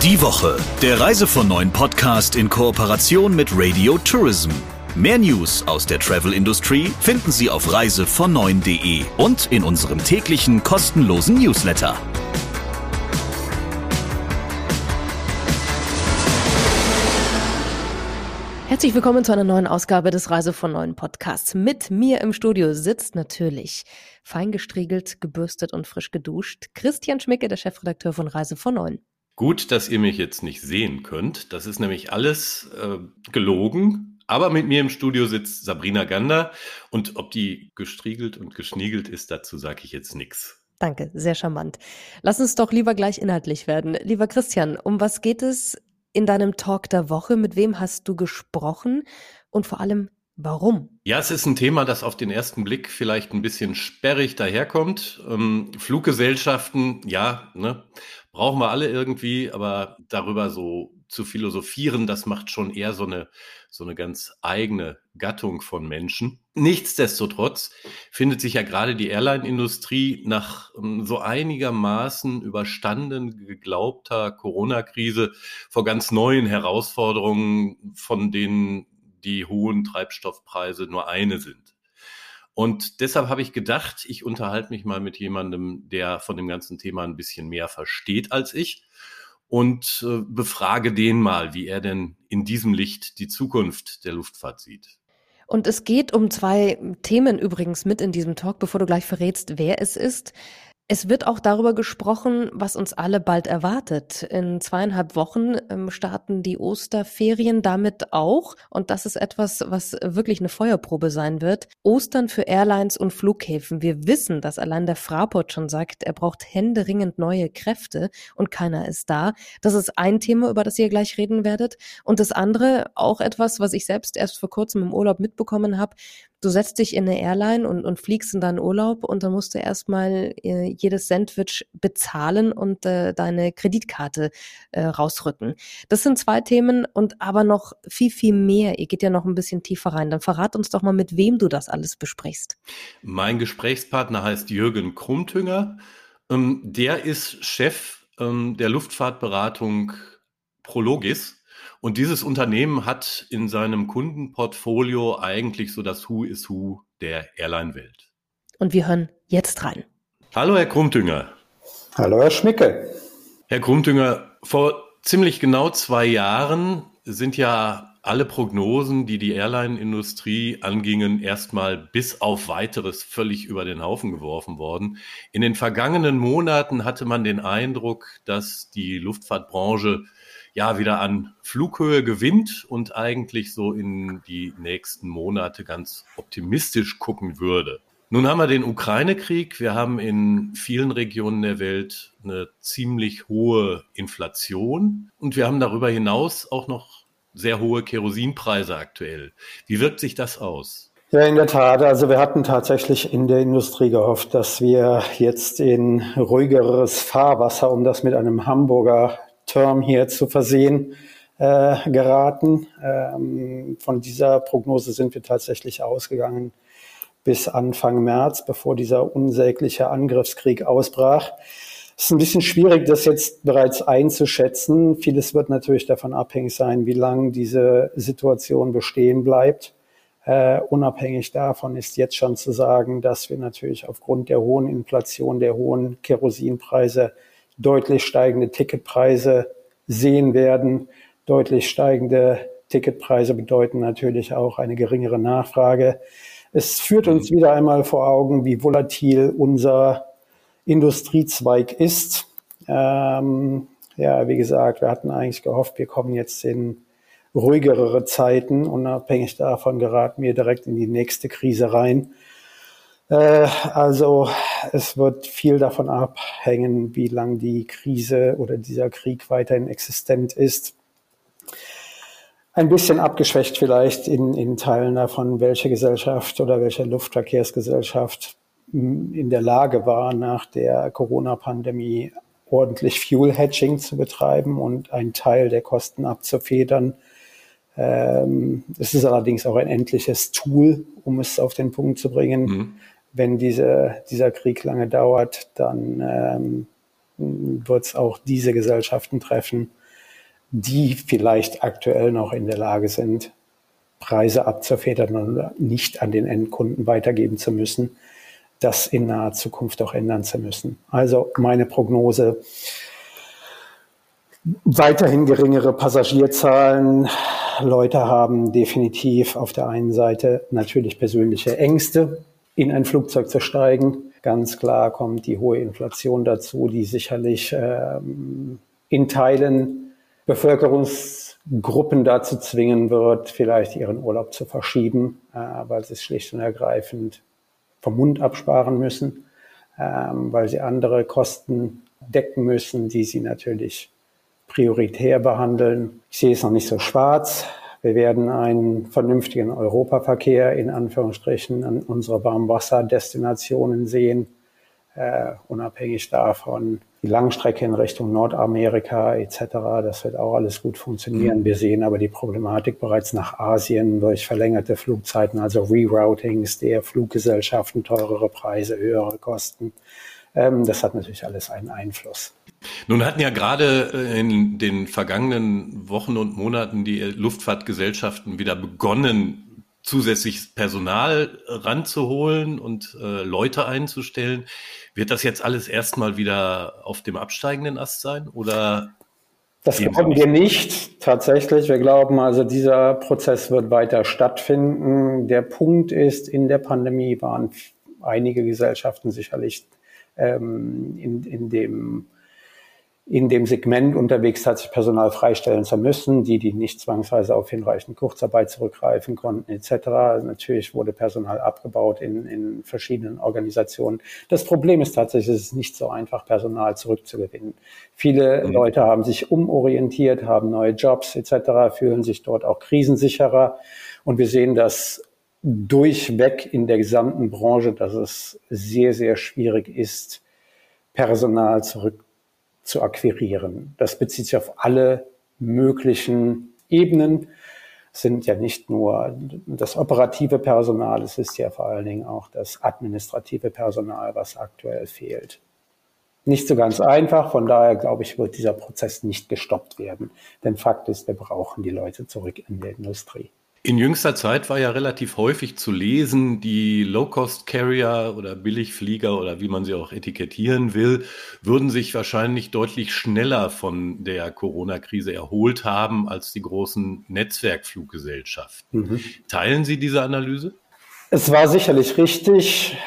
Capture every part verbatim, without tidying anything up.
Die Woche, der Reise von neun Podcast in Kooperation mit Radio Tourism. Mehr News aus der Travel-Industrie finden Sie auf reise von neun punkt de und in unserem täglichen kostenlosen Newsletter. Herzlich willkommen zu einer neuen Ausgabe des Reise von neun Podcasts. Mit mir im Studio sitzt natürlich fein gestriegelt, gebürstet und frisch geduscht Christian Schmicke, der Chefredakteur von Reise von neun. Gut, dass ihr mich jetzt nicht sehen könnt. Das ist nämlich alles äh, gelogen. Aber mit mir im Studio sitzt Sabrina Gander. Und ob die gestriegelt und geschniegelt ist, dazu sage ich jetzt nichts. Danke, sehr charmant. Lass uns doch lieber gleich inhaltlich werden. Lieber Christian, um was geht es in deinem Talk der Woche? Mit wem hast du gesprochen? Und vor allem, warum? Ja, es ist ein Thema, das auf den ersten Blick vielleicht ein bisschen sperrig daherkommt. Ähm, Fluggesellschaften, ja, ne, brauchen wir alle irgendwie, aber darüber so zu philosophieren, das macht schon eher so eine, so eine ganz eigene Gattung von Menschen. Nichtsdestotrotz findet sich ja gerade die Airline-Industrie nach um, so einigermaßen überstanden geglaubter Corona-Krise vor ganz neuen Herausforderungen, von denen die hohen Treibstoffpreise nur eine sind. Und deshalb habe ich gedacht, ich unterhalte mich mal mit jemandem, der von dem ganzen Thema ein bisschen mehr versteht als ich und äh, befrage den mal, wie er denn in diesem Licht die Zukunft der Luftfahrt sieht. Und es geht um zwei Themen übrigens mit in diesem Talk, bevor du gleich verrätst, wer es ist. Es wird auch darüber gesprochen, was uns alle bald erwartet. In zweieinhalb Wochen ähm, starten die Osterferien damit auch. Und das ist etwas, was wirklich eine Feuerprobe sein wird. Ostern für Airlines und Flughäfen. Wir wissen, dass allein der Fraport schon sagt, er braucht händeringend neue Kräfte und keiner ist da. Das ist ein Thema, über das ihr gleich reden werdet. Und das andere, auch etwas, was ich selbst erst vor kurzem im Urlaub mitbekommen habe. Du setzt dich in eine Airline und, und fliegst in deinen Urlaub und dann musst du erstmal äh, jedes Sandwich bezahlen und äh, deine Kreditkarte äh, rausrücken. Das sind zwei Themen und aber noch viel, viel mehr. Ihr geht ja noch ein bisschen tiefer rein. Dann verrat uns doch mal, mit wem du das alles besprichst. Mein Gesprächspartner heißt Jürgen Krumtünger. Ähm, der ist Chef ähm, der Luftfahrtberatung Prologis. Und dieses Unternehmen hat in seinem Kundenportfolio eigentlich so das Who is Who der Airline-Welt. Und wir hören jetzt rein. Hallo, Herr Krumtünger. Hallo, Herr Schmicke. Herr Krumtünger, vor ziemlich genau zwei Jahren sind ja alle Prognosen, die die Airline-Industrie angingen, erstmal bis auf Weiteres völlig über den Haufen geworfen worden. In den vergangenen Monaten hatte man den Eindruck, dass die Luftfahrtbranche ja wieder an Flughöhe gewinnt und eigentlich so in die nächsten Monate ganz optimistisch gucken würde. Nun haben wir den Ukraine-Krieg, wir haben in vielen Regionen der Welt eine ziemlich hohe Inflation und wir haben darüber hinaus auch noch sehr hohe Kerosinpreise aktuell. Wie wirkt sich das aus? Ja, in der Tat. Also wir hatten tatsächlich in der Industrie gehofft, dass wir jetzt in ruhigeres Fahrwasser, um das mit einem Hamburger Term hier zu versehen, äh, geraten. Ähm, von dieser Prognose sind wir tatsächlich ausgegangen bis Anfang März, bevor dieser unsägliche Angriffskrieg ausbrach. Es ist ein bisschen schwierig, das jetzt bereits einzuschätzen. Vieles wird natürlich davon abhängig sein, wie lange diese Situation bestehen bleibt. Äh, unabhängig davon ist jetzt schon zu sagen, dass wir natürlich aufgrund der hohen Inflation, der hohen Kerosinpreise deutlich steigende Ticketpreise sehen werden. Deutlich steigende Ticketpreise bedeuten natürlich auch eine geringere Nachfrage. Es führt uns wieder einmal vor Augen, wie volatil unser Industriezweig ist. Ähm, ja, wie gesagt, wir hatten eigentlich gehofft, wir kommen jetzt in ruhigere Zeiten. Unabhängig davon geraten wir direkt in die nächste Krise rein. Äh, also es wird viel davon abhängen, wie lang die Krise oder dieser Krieg weiterhin existent ist. Ein bisschen abgeschwächt vielleicht in, in Teilen davon, welche Gesellschaft oder welche Luftverkehrsgesellschaft in der Lage war, nach der Corona-Pandemie ordentlich Fuel-Hedging zu betreiben und einen Teil der Kosten abzufedern. Ähm, es ist allerdings auch ein endliches Tool, um es auf den Punkt zu bringen. Mhm. Wenn diese, dieser Krieg lange dauert, dann ähm, wird es auch diese Gesellschaften treffen, die vielleicht aktuell noch in der Lage sind, Preise abzufedern und nicht an den Endkunden weitergeben zu müssen, das in naher Zukunft auch ändern zu müssen. Also meine Prognose: weiterhin geringere Passagierzahlen. Leute haben definitiv auf der einen Seite natürlich persönliche Ängste, in ein Flugzeug zu steigen. Ganz klar kommt die hohe Inflation dazu, die sicherlich ähm, in Teilen Bevölkerungsgruppen dazu zwingen wird, vielleicht ihren Urlaub zu verschieben, äh, weil sie es schlicht und ergreifend vom Mund absparen müssen, ähm, weil sie andere Kosten decken müssen, die sie natürlich prioritär behandeln. Ich sehe es noch nicht so schwarz. Wir werden einen vernünftigen Europaverkehr in Anführungsstrichen an unsere Warmwasserdestinationen sehen, äh, unabhängig davon. Die Langstrecke in Richtung Nordamerika et cetera, das wird auch alles gut funktionieren. Wir sehen aber die Problematik bereits nach Asien durch verlängerte Flugzeiten, also Reroutings der Fluggesellschaften, teurere Preise, höhere Kosten. Ähm, das hat natürlich alles einen Einfluss. Nun hatten ja gerade in den vergangenen Wochen und Monaten die Luftfahrtgesellschaften wieder begonnen, zusätzliches Personal ranzuholen und äh, Leute einzustellen. Wird das jetzt alles erstmal wieder auf dem absteigenden Ast sein? Oder das glauben wir nicht, tatsächlich. Wir glauben also, dieser Prozess wird weiter stattfinden. Der Punkt ist, in der Pandemie waren einige Gesellschaften sicherlich ähm, in, in dem in dem Segment unterwegs, tatsächlich Personal freistellen zu müssen, die, die nicht zwangsweise auf hinreichend Kurzarbeit zurückgreifen konnten et cetera. Also natürlich wurde Personal abgebaut in, in verschiedenen Organisationen. Das Problem ist tatsächlich, es ist nicht so einfach, Personal zurückzugewinnen. Viele mhm. Leute haben sich umorientiert, haben neue Jobs et cetera, fühlen sich dort auch krisensicherer. Und wir sehen das durchweg in der gesamten Branche, dass es sehr, sehr schwierig ist, Personal zurück zu akquirieren. Das bezieht sich auf alle möglichen Ebenen. Es sind ja nicht nur das operative Personal, es ist ja vor allen Dingen auch das administrative Personal, was aktuell fehlt. Nicht so ganz einfach, von daher glaube ich, wird dieser Prozess nicht gestoppt werden. Denn Fakt ist, wir brauchen die Leute zurück in der Industrie. In jüngster Zeit war ja relativ häufig zu lesen, die Low-Cost-Carrier oder Billigflieger oder wie man sie auch etikettieren will, würden sich wahrscheinlich deutlich schneller von der Corona-Krise erholt haben als die großen Netzwerkfluggesellschaften. Mhm. Teilen Sie diese Analyse? Es war sicherlich richtig,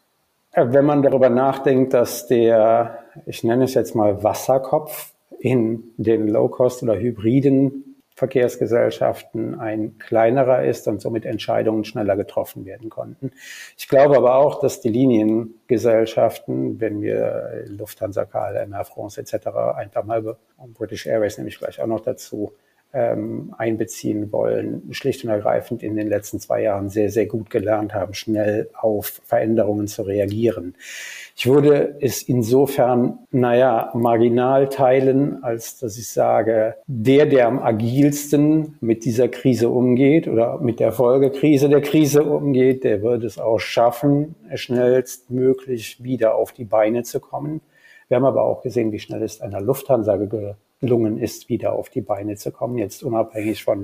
wenn man darüber nachdenkt, dass der, ich nenne es jetzt mal Wasserkopf, in den Low-Cost- oder hybriden Verkehrsgesellschaften ein kleinerer ist und somit Entscheidungen schneller getroffen werden konnten. Ich glaube aber auch, dass die Liniengesellschaften, wenn wir Lufthansa, K L M, Air France et cetera einfach mal, und British Airways nehme ich gleich auch noch dazu, ähm, einbeziehen wollen, schlicht und ergreifend in den letzten zwei Jahren sehr, sehr gut gelernt haben, schnell auf Veränderungen zu reagieren. Ich würde es insofern, naja, marginal teilen, als dass ich sage, der, der am agilsten mit dieser Krise umgeht oder mit der Folgekrise der Krise umgeht, der wird es auch schaffen, schnellstmöglich wieder auf die Beine zu kommen. Wir haben aber auch gesehen, wie schnell es einer Lufthansa gelungen ist, wieder auf die Beine zu kommen, jetzt unabhängig von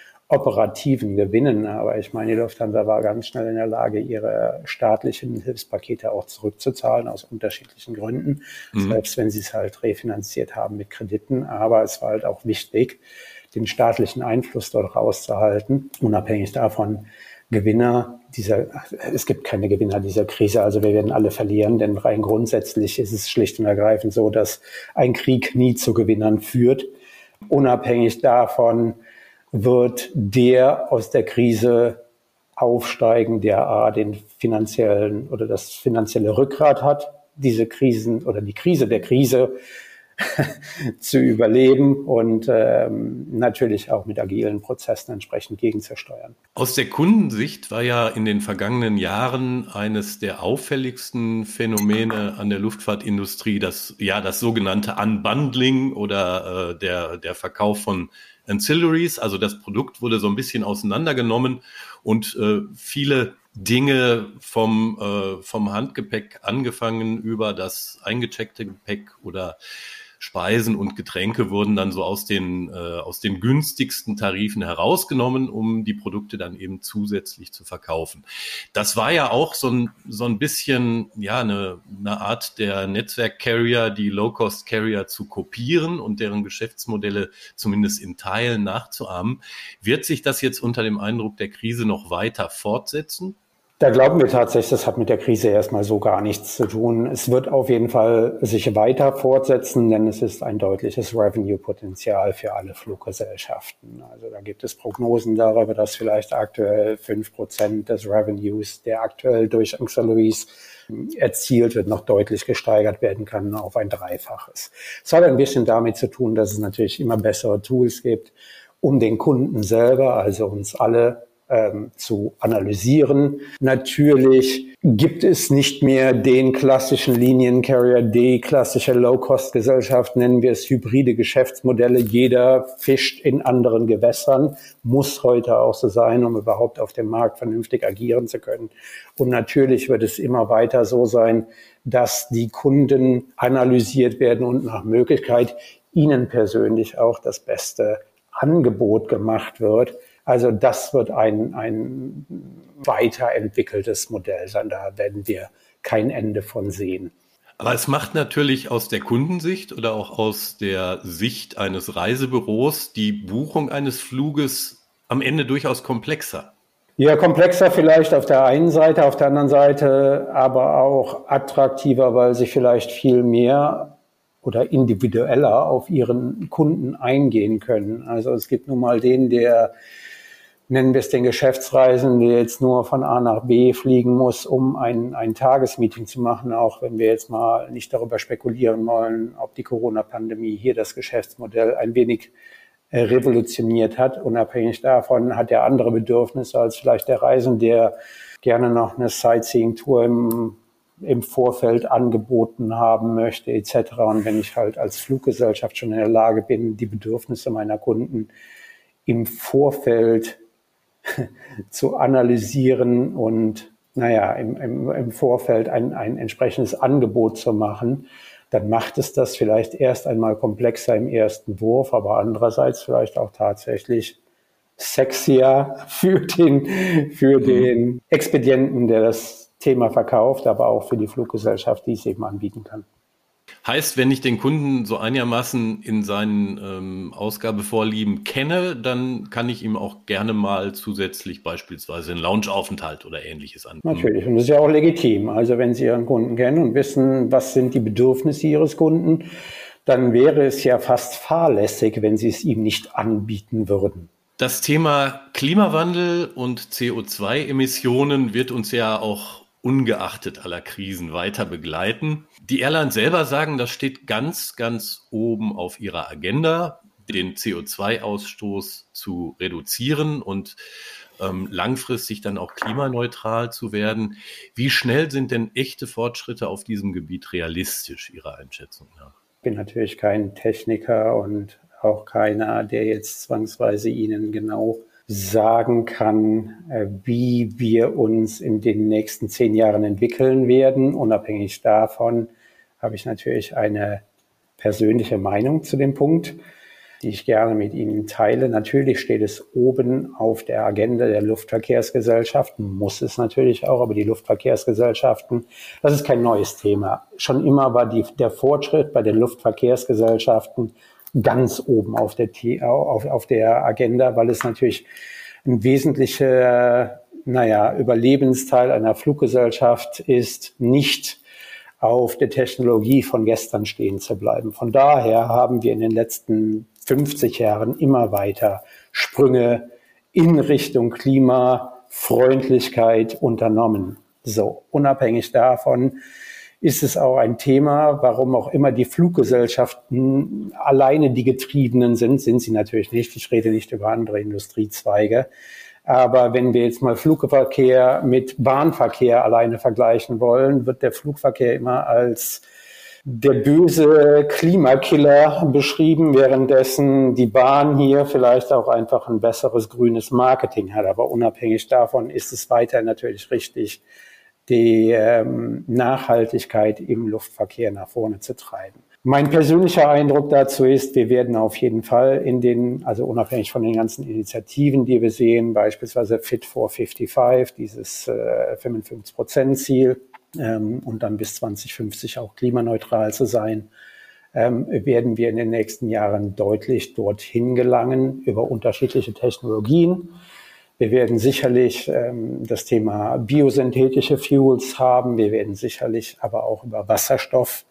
operativen Gewinnen. Aber ich meine, die Lufthansa war ganz schnell in der Lage, ihre staatlichen Hilfspakete auch zurückzuzahlen, aus unterschiedlichen Gründen, mhm. selbst wenn sie es halt refinanziert haben mit Krediten. Aber es war halt auch wichtig, den staatlichen Einfluss dort rauszuhalten, unabhängig davon, Gewinner dieser, es gibt keine Gewinner dieser Krise, also wir werden alle verlieren, denn rein grundsätzlich ist es schlicht und ergreifend so, dass ein Krieg nie zu Gewinnern führt. Unabhängig davon wird der aus der Krise aufsteigen, der A, den finanziellen oder das finanzielle Rückgrat hat, diese Krisen oder die Krise der Krise zu überleben und ähm, natürlich auch mit agilen Prozessen entsprechend gegenzusteuern. Aus der Kundensicht war ja in den vergangenen Jahren eines der auffälligsten Phänomene an der Luftfahrtindustrie das, ja, das sogenannte Unbundling oder äh, der, der Verkauf von Ancillaries. Also das Produkt wurde so ein bisschen auseinandergenommen und äh, viele Dinge vom, äh, vom Handgepäck angefangen über das eingecheckte Gepäck oder Speisen und Getränke wurden dann so aus den, äh, aus den günstigsten Tarifen herausgenommen, um die Produkte dann eben zusätzlich zu verkaufen. Das war ja auch so ein, so ein bisschen, ja, eine, eine Art der Netzwerk-Carrier, die Low-Cost-Carrier zu kopieren und deren Geschäftsmodelle zumindest in Teilen nachzuahmen. Wird sich das jetzt unter dem Eindruck der Krise noch weiter fortsetzen? Da glauben wir tatsächlich, das hat mit der Krise erstmal so gar nichts zu tun. Es wird auf jeden Fall sich weiter fortsetzen, denn es ist ein deutliches Revenue-Potenzial für alle Fluggesellschaften. Also da gibt es Prognosen darüber, dass vielleicht aktuell fünf Prozent des Revenues, der aktuell durch Ancillaries erzielt wird, noch deutlich gesteigert werden kann auf ein Dreifaches. Es hat ein bisschen damit zu tun, dass es natürlich immer bessere Tools gibt, um den Kunden selber, also uns alle, Ähm, zu analysieren. Natürlich gibt es nicht mehr den klassischen Liniencarrier, die klassische Low-Cost-Gesellschaft, nennen wir es hybride Geschäftsmodelle. Jeder fischt in anderen Gewässern, muss heute auch so sein, um überhaupt auf dem Markt vernünftig agieren zu können. Und natürlich wird es immer weiter so sein, dass die Kunden analysiert werden und nach Möglichkeit ihnen persönlich auch das beste Angebot gemacht wird. Also das wird ein, ein weiterentwickeltes Modell sein. Da werden wir kein Ende von sehen. Aber es macht natürlich aus der Kundensicht oder auch aus der Sicht eines Reisebüros die Buchung eines Fluges am Ende durchaus komplexer. Ja, komplexer vielleicht auf der einen Seite, auf der anderen Seite aber auch attraktiver, weil sie vielleicht viel mehr oder individueller auf ihren Kunden eingehen können. Also es gibt nun mal den, der, nennen wir es den Geschäftsreisenden, der jetzt nur von A nach B fliegen muss, um ein, ein Tagesmeeting zu machen, auch wenn wir jetzt mal nicht darüber spekulieren wollen, ob die Corona-Pandemie hier das Geschäftsmodell ein wenig äh, revolutioniert hat. Unabhängig davon hat er andere Bedürfnisse als vielleicht der Reisende, der gerne noch eine Sightseeing-Tour im im Vorfeld angeboten haben möchte et cetera. Und wenn ich halt als Fluggesellschaft schon in der Lage bin, die Bedürfnisse meiner Kunden im Vorfeld zu analysieren und naja, im, im, im Vorfeld ein, ein entsprechendes Angebot zu machen, dann macht es das vielleicht erst einmal komplexer im ersten Wurf, aber andererseits vielleicht auch tatsächlich sexier für den, für den Expedienten, der das Thema verkauft, aber auch für die Fluggesellschaft, die es eben anbieten kann. Heißt, wenn ich den Kunden so einigermaßen in seinen ähm, Ausgabevorlieben kenne, dann kann ich ihm auch gerne mal zusätzlich beispielsweise einen Loungeaufenthalt oder Ähnliches anbieten. Natürlich, und das ist ja auch legitim. Also wenn Sie Ihren Kunden kennen und wissen, was sind die Bedürfnisse Ihres Kunden, dann wäre es ja fast fahrlässig, wenn Sie es ihm nicht anbieten würden. Das Thema Klimawandel und C O zwei Emissionen wird uns ja auch ungeachtet aller Krisen weiter begleiten. Die Airlines selber sagen, das steht ganz, ganz oben auf ihrer Agenda, den C O zwei Ausstoß zu reduzieren und ähm, langfristig dann auch klimaneutral zu werden. Wie schnell sind denn echte Fortschritte auf diesem Gebiet realistisch, Ihrer Einschätzung nach? Ich bin natürlich kein Techniker und auch keiner, der jetzt zwangsweise Ihnen genau sagen kann, wie wir uns in den nächsten zehn Jahren entwickeln werden. Unabhängig davon habe ich natürlich eine persönliche Meinung zu dem Punkt, die ich gerne mit Ihnen teile. Natürlich steht es oben auf der Agenda der Luftverkehrsgesellschaften, muss es natürlich auch, aber die Luftverkehrsgesellschaften, das ist kein neues Thema. Schon immer war die, der Fortschritt bei den Luftverkehrsgesellschaften ganz oben auf der, auf, auf der Agenda, weil es natürlich ein wesentlicher, naja, Überlebensteil einer Fluggesellschaft ist, nicht auf der Technologie von gestern stehen zu bleiben. Von daher haben wir in den letzten fünfzig Jahren immer weiter Sprünge in Richtung Klimafreundlichkeit unternommen. So, unabhängig davon ist es auch ein Thema, warum auch immer die Fluggesellschaften alleine die Getriebenen sind, sind sie natürlich nicht. Ich rede nicht über andere Industriezweige. Aber wenn wir jetzt mal Flugverkehr mit Bahnverkehr alleine vergleichen wollen, wird der Flugverkehr immer als der böse Klimakiller beschrieben, währenddessen die Bahn hier vielleicht auch einfach ein besseres grünes Marketing hat. Aber unabhängig davon ist es weiter natürlich richtig, die ähm, Nachhaltigkeit im Luftverkehr nach vorne zu treiben. Mein persönlicher Eindruck dazu ist, wir werden auf jeden Fall in den, also unabhängig von den ganzen Initiativen, die wir sehen, beispielsweise Fit for fünfundfünfzig, dieses äh, fünfundfünfzig Prozent Ziel ähm, und dann bis zwanzig fünfzig auch klimaneutral zu sein, ähm, werden wir in den nächsten Jahren deutlich dorthin gelangen über unterschiedliche Technologien. Wir werden sicherlich ähm, das Thema biosynthetische Fuels haben. Wir werden sicherlich aber auch über Wasserstoff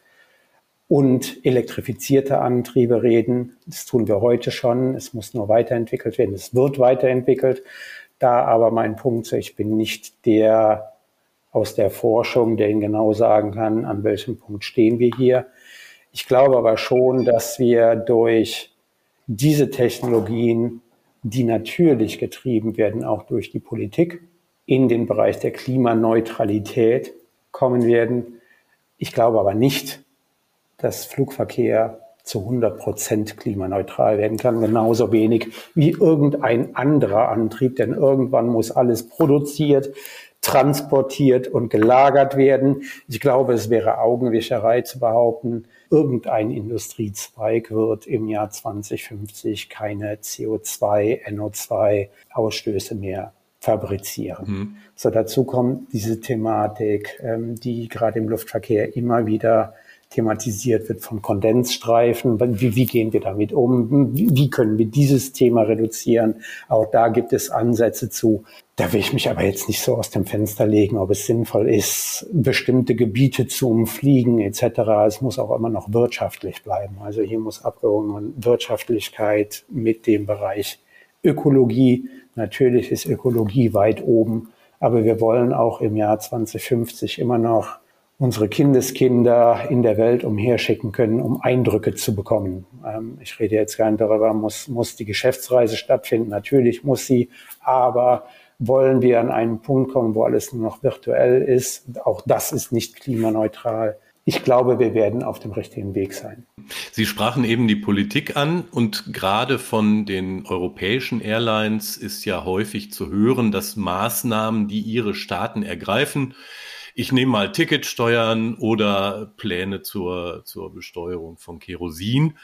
und elektrifizierte Antriebe reden. Das tun wir heute schon. Es muss nur weiterentwickelt werden. Es wird weiterentwickelt. Da aber mein Punkt, ich bin nicht der aus der Forschung, der Ihnen genau sagen kann, an welchem Punkt stehen wir hier. Ich glaube aber schon, dass wir durch diese Technologien, die natürlich getrieben werden, auch durch die Politik, in den Bereich der Klimaneutralität kommen werden. Ich glaube aber nicht, dass Flugverkehr zu hundert Prozent klimaneutral werden kann, genauso wenig wie irgendein anderer Antrieb, denn irgendwann muss alles produziert, transportiert und gelagert werden. Ich glaube, es wäre Augenwischerei zu behaupten, irgendein Industriezweig wird im Jahr zwanzig fünfzig keine C O zwei, N O zwei Ausstöße mehr fabrizieren. Mhm. So, dazu kommt diese Thematik, ähm, die gerade im Luftverkehr immer wieder thematisiert wird von Kondensstreifen. Wie, wie gehen wir damit um? Wie, wie können wir dieses Thema reduzieren? Auch da gibt es Ansätze zu. Da will ich mich aber jetzt nicht so aus dem Fenster legen, ob es sinnvoll ist, bestimmte Gebiete zu umfliegen et cetera. Es muss auch immer noch wirtschaftlich bleiben. Also hier muss Abwägung Wirtschaftlichkeit mit dem Bereich Ökologie. Natürlich ist Ökologie weit oben, aber wir wollen auch im Jahr zwanzig fünfzig immer noch unsere Kindeskinder in der Welt umherschicken können, um Eindrücke zu bekommen. Ähm, ich rede jetzt gar nicht darüber, muss, muss die Geschäftsreise stattfinden. Natürlich muss sie, aber wollen wir an einen Punkt kommen, wo alles nur noch virtuell ist? Auch das ist nicht klimaneutral. Ich glaube, wir werden auf dem richtigen Weg sein. Sie sprachen eben die Politik an und gerade von den europäischen Airlines ist ja häufig zu hören, dass Maßnahmen, die ihre Staaten ergreifen, ich nehme mal Ticketsteuern oder Pläne zur, zur Besteuerung von Kerosin,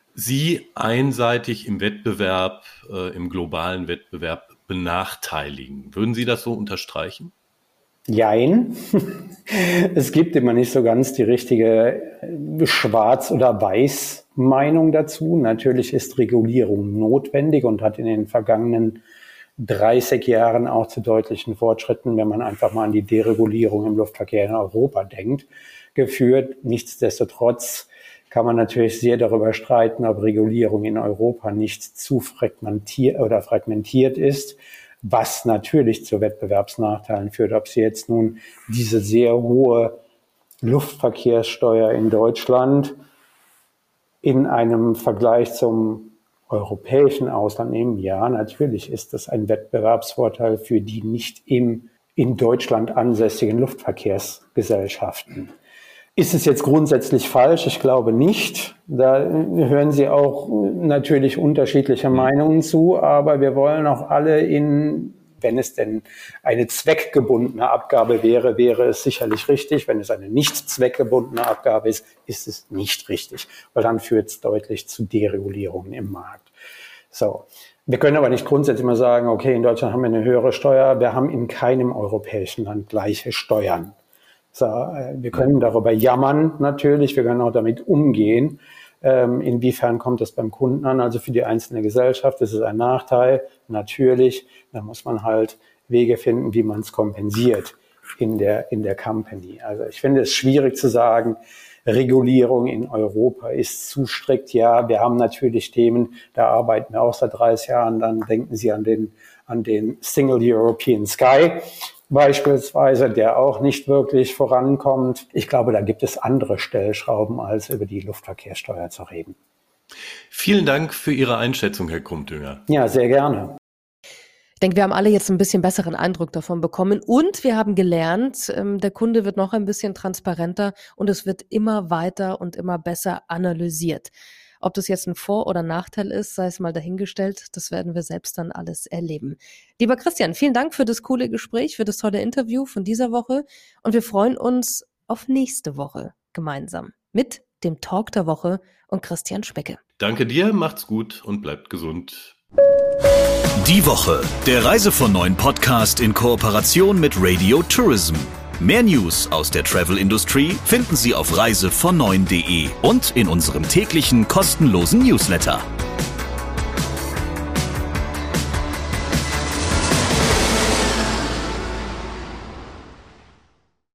sie einseitig im Wettbewerb, äh, im globalen Wettbewerb benachteiligen. Würden Sie das so unterstreichen? Jein. Es gibt immer nicht so ganz die richtige Schwarz- oder Weiß-Meinung dazu. Natürlich ist Regulierung notwendig und hat in den vergangenen dreißig Jahren auch zu deutlichen Fortschritten, wenn man einfach mal an die Deregulierung im Luftverkehr in Europa denkt, geführt. Nichtsdestotrotz kann man natürlich sehr darüber streiten, ob Regulierung in Europa nicht zu fragmentiert oder fragmentiert ist, was natürlich zu Wettbewerbsnachteilen führt. Ob Sie jetzt nun diese sehr hohe Luftverkehrssteuer in Deutschland in einem Vergleich zum europäischen Ausland nehmen, ja, natürlich ist das ein Wettbewerbsvorteil für die nicht im, in Deutschland ansässigen Luftverkehrsgesellschaften. Ist es jetzt grundsätzlich falsch? Ich glaube nicht. Da hören Sie auch natürlich unterschiedliche Meinungen zu, aber wir wollen auch alle in, wenn es denn eine zweckgebundene Abgabe wäre, wäre es sicherlich richtig. Wenn es eine nicht zweckgebundene Abgabe ist, ist es nicht richtig, weil dann führt es deutlich zu Deregulierungen im Markt. So. Wir können aber nicht grundsätzlich mal sagen, okay, in Deutschland haben wir eine höhere Steuer. Wir haben in keinem europäischen Land gleiche Steuern. So, wir können darüber jammern natürlich, wir können auch damit umgehen. Ähm, inwiefern kommt das beim Kunden an? Also für die einzelne Gesellschaft ist es ein Nachteil, natürlich. Da muss man halt Wege finden, wie man es kompensiert in der, in der Company. Also ich finde es schwierig zu sagen, Regulierung in Europa ist zu strikt. Ja, wir haben natürlich Themen, da arbeiten wir auch seit dreißig Jahren. Dann denken Sie an den, an den Single European Sky beispielsweise, der auch nicht wirklich vorankommt. Ich glaube, da gibt es andere Stellschrauben, als über die Luftverkehrssteuer zu reden. Vielen Dank für Ihre Einschätzung, Herr Krump-Dünger. Ja, sehr gerne. Ich denke, wir haben alle jetzt ein bisschen besseren Eindruck davon bekommen und wir haben gelernt, der Kunde wird noch ein bisschen transparenter und es wird immer weiter und immer besser analysiert. Ob das jetzt ein Vor- oder Nachteil ist, sei es mal dahingestellt, das werden wir selbst dann alles erleben. Lieber Christian, vielen Dank für das coole Gespräch, für das tolle Interview von dieser Woche und wir freuen uns auf nächste Woche gemeinsam mit dem Talk der Woche und Christian Specke. Danke dir, macht's gut und bleibt gesund. Die Woche, der Reise von neun Podcast in Kooperation mit Radio Tourism. Mehr News aus der Travel Industry finden Sie auf reise von neun punkt de und in unserem täglichen kostenlosen Newsletter.